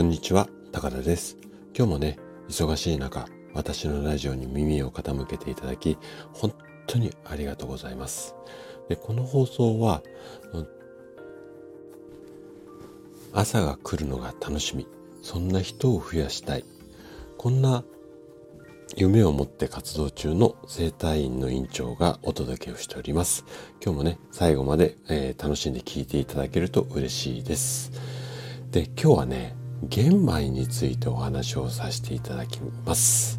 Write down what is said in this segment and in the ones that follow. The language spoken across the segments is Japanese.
んにちは、高田です。今日もね、忙しい中、私のラジオに耳を傾けていただき、本当にありがとうございます。で、この放送は、朝が来るのが楽しみ、そんな人を増やしたい、こんな夢を持って活動中の整体院の院長がお届けをしております。今日もね、最後まで、楽しんで聞いていただけると嬉しいです。で、今日はね、玄米についてお話をさせていただきます。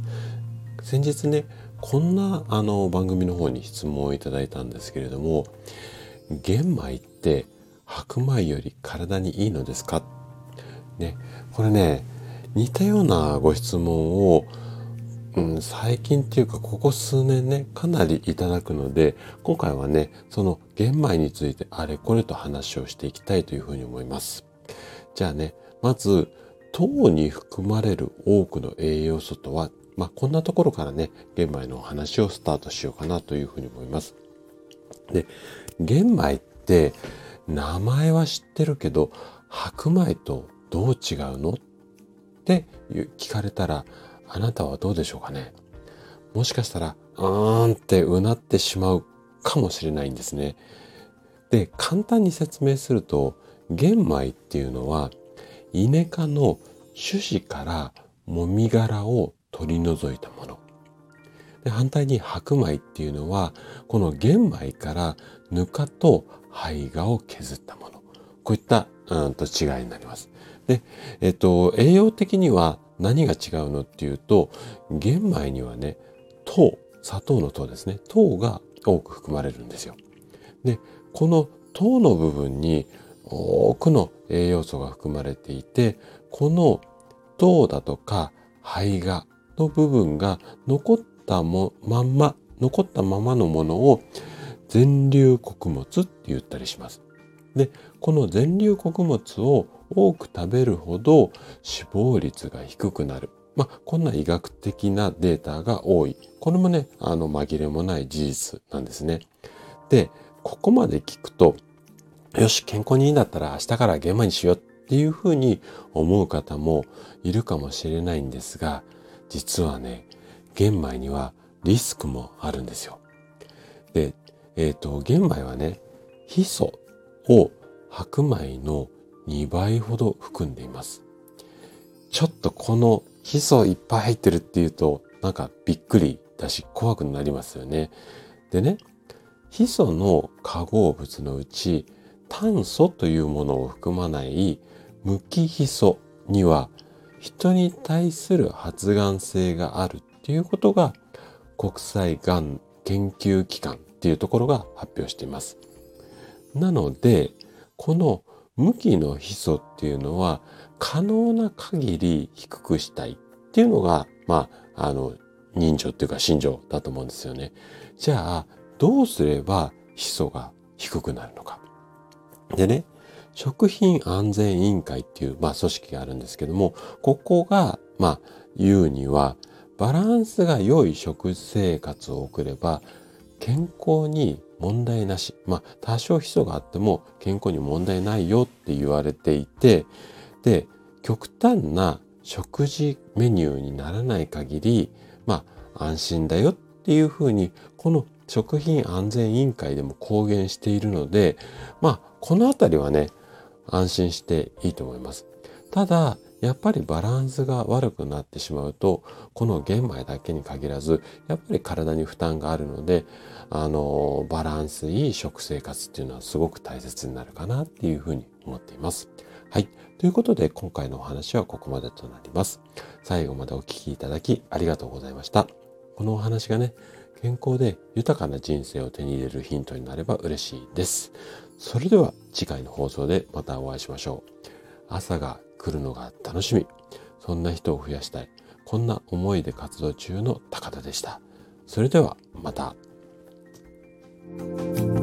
先日ね、こんな番組の方に質問をいただいたんですけれども、玄米って白米より体にいいのですか？ね、これね、似たようなご質問を最近っていうかここ数年ね、かなりいただくので、今回はね、その玄米についてあれこれと話をしていきたいというふうに思います。じゃあね、まず糖に含まれる多くの栄養素とは、こんなところからね、玄米のお話をスタートしようかなというふうに思います。で、玄米って名前は知ってるけど、白米とどう違うのって聞かれたら、あなたはどうでしょうかね。もしかしたら、ってうなってしまうかもしれないんですね。で、簡単に説明すると、玄米っていうのは、イネ科の種子からもみ殻を取り除いたもの。で、反対に白米っていうのは、この玄米からぬかと胚芽を削ったもの。こういった違いになります。で、栄養的には何が違うのっていうと、玄米にはね、砂糖の糖ですね。糖が多く含まれるんですよ。で、この糖の部分に多くの栄養素が含まれていて、この糖だとか胚芽の部分が残ったままのものを全粒穀物って言ったりします。で、この全粒穀物を多く食べるほど死亡率が低くなる。こんな医学的なデータが多い。これもね、紛れもない事実なんですね。で、ここまで聞くと、よし、健康にいいんだったら明日から玄米にしようっていうふうに思う方もいるかもしれないんですが、実はね、玄米にはリスクもあるんですよ。で、玄米はね、ヒ素を白米の2倍ほど含んでいます。ちょっとこのヒ素いっぱい入ってるっていうと、なんかびっくりだし怖くなりますよね。でね、ヒ素の化合物のうち炭素というものを含まない無機ヒ素には人に対する発がん性があるっていうことが国際がん研究機関っていうところが発表しています。なので、この無機のヒ素っていうのは可能な限り低くしたいっていうのが、人情っていうか信条だと思うんですよね。じゃあ、どうすればヒ素が低くなるのか。でね、食品安全委員会っていう、組織があるんですけども、ここが、言うには、バランスが良い食生活を送れば、健康に問題なし。多少ヒ素があっても健康に問題ないよって言われていて、で、極端な食事メニューにならない限り、安心だよっていうふうに、この食品安全委員会でも公言しているので、このあたりはね、安心していいと思います。ただ、やっぱりバランスが悪くなってしまうと、この玄米だけに限らず、やっぱり体に負担があるので、バランスいい食生活っていうのはすごく大切になるかなっていうふうに思っています。はい。ということで、今回のお話はここまでとなります。最後までお聞きいただきありがとうございました。このお話がね、健康で豊かな人生を手に入れるヒントになれば嬉しいです。それでは次回の放送でまたお会いしましょう。朝が来るのが楽しみ。そんな人を増やしたい。こんな思いで活動中の高田でした。それではまた。